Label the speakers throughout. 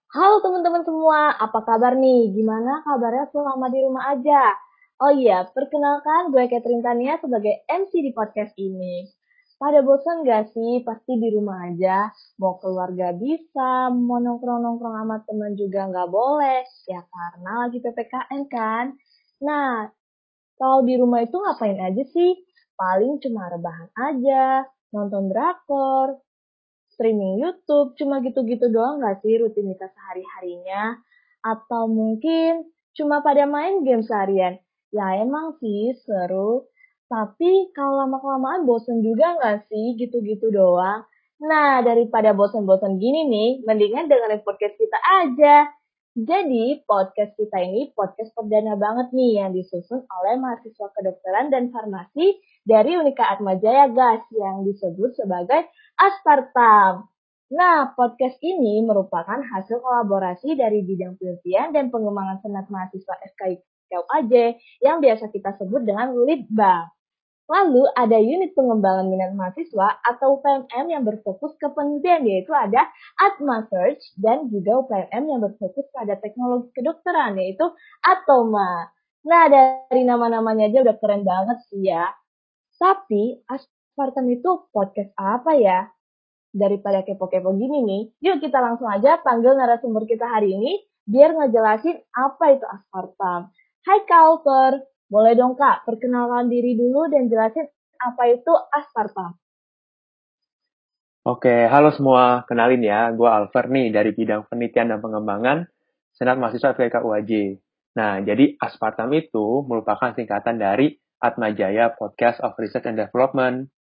Speaker 1: Halo teman-teman semua, apa kabar nih? Gimana kabarnya selama di rumah aja? Oh iya, perkenalkan gue Catherine Tania sebagai MC di podcast ini. Pada bosan gak sih pasti di rumah aja? Mau keluar gak bisa, mau nongkrong-nongkrong sama temen juga gak boleh. Ya karena lagi PPKM kan? Nah, kalau di rumah itu ngapain aja sih? Paling cuma rebahan aja, nonton drakor, streaming YouTube, cuma gitu-gitu doang nggak sih rutinitas sehari-harinya? Atau mungkin cuma pada main game seharian? Ya emang sih seru, tapi kalau lama-kelamaan bosen juga nggak sih gitu-gitu doang? Nah, daripada bosen-bosen gini nih, mendingan dengerin podcast kita aja. Jadi, podcast kita ini podcast perdana banget nih yang disusun oleh mahasiswa kedokteran dan farmasi dari Unika Atmajaya, guys, yang disebut sebagai Aspartam. Nah, podcast ini merupakan hasil kolaborasi dari bidang penelitian dan pengembangan senat mahasiswa FKI KUAJ yang biasa kita sebut dengan Litbang. Lalu ada unit pengembangan minat mahasiswa atau UPMM yang berfokus ke penelitian, yaitu ada Atma Search, dan juga UPMM yang berfokus pada teknologi kedokteran, yaitu Atoma. Nah, dari nama-namanya aja udah keren banget sih ya. Tapi, Aspartam itu podcast apa ya? Daripada kepo-kepo gini nih, yuk kita langsung aja panggil narasumber kita hari ini biar ngejelasin apa itu aspartam. Hai Kak Alper, boleh dong Kak perkenalkan diri dulu dan jelasin apa itu aspartam.
Speaker 2: Oke, halo semua. Kenalin ya, gue Alver nih dari bidang penelitian dan pengembangan Senat Mahasiswa FKIK UAJ. Nah, jadi Aspartam itu merupakan singkatan dari Atmajaya Podcast of Research and Development.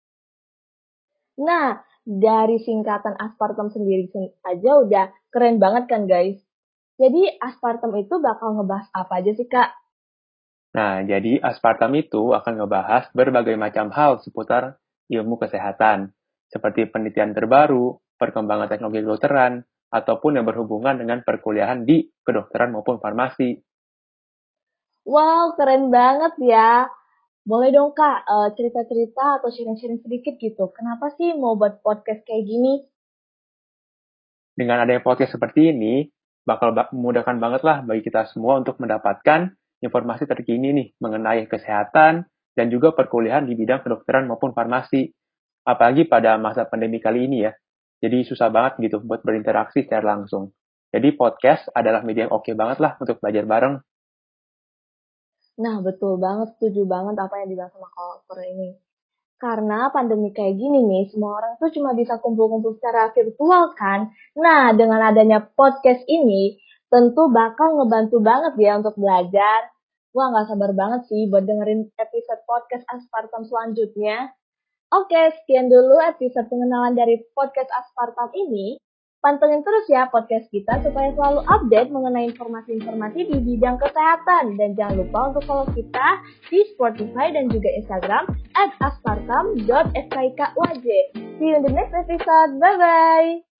Speaker 1: Nah, dari singkatan aspartam sendiri aja udah keren banget kan guys. Jadi aspartam itu bakal ngebahas apa aja sih Kak?
Speaker 2: Nah, jadi Aspartam itu akan ngebahas berbagai macam hal seputar ilmu kesehatan, seperti penelitian terbaru, perkembangan teknologi kedokteran, ataupun yang berhubungan dengan perkuliahan di kedokteran maupun farmasi.
Speaker 1: Wow, keren banget ya. Boleh dong Kak, cerita-cerita atau sharing-sharing sedikit gitu. Kenapa sih mau buat podcast kayak gini?
Speaker 2: Dengan adanya podcast seperti ini, bakal memudahkan banget lah bagi kita semua untuk mendapatkan informasi terkini nih mengenai kesehatan dan juga perkuliahan di bidang kedokteran maupun farmasi. Apalagi pada masa pandemi kali ini ya. Jadi susah banget gitu buat berinteraksi secara langsung. Jadi podcast adalah media yang oke banget lah untuk belajar bareng.
Speaker 1: Nah, betul banget, setuju banget apa yang dibilang sama Kak ini. Karena pandemi kayak gini nih, semua orang tuh cuma bisa kumpul-kumpul secara virtual kan. Nah, dengan adanya podcast ini, tentu bakal ngebantu banget ya untuk belajar. Wah, nggak sabar banget sih buat dengerin episode podcast Aspartam selanjutnya. Oke, sekian dulu episode pengenalan dari podcast Aspartam ini. Pantengin terus ya podcast kita supaya selalu update mengenai informasi-informasi di bidang kesehatan. Dan jangan lupa untuk follow kita di Spotify dan juga Instagram @aspartam.fkikuaj. See you in the next episode. Bye-bye!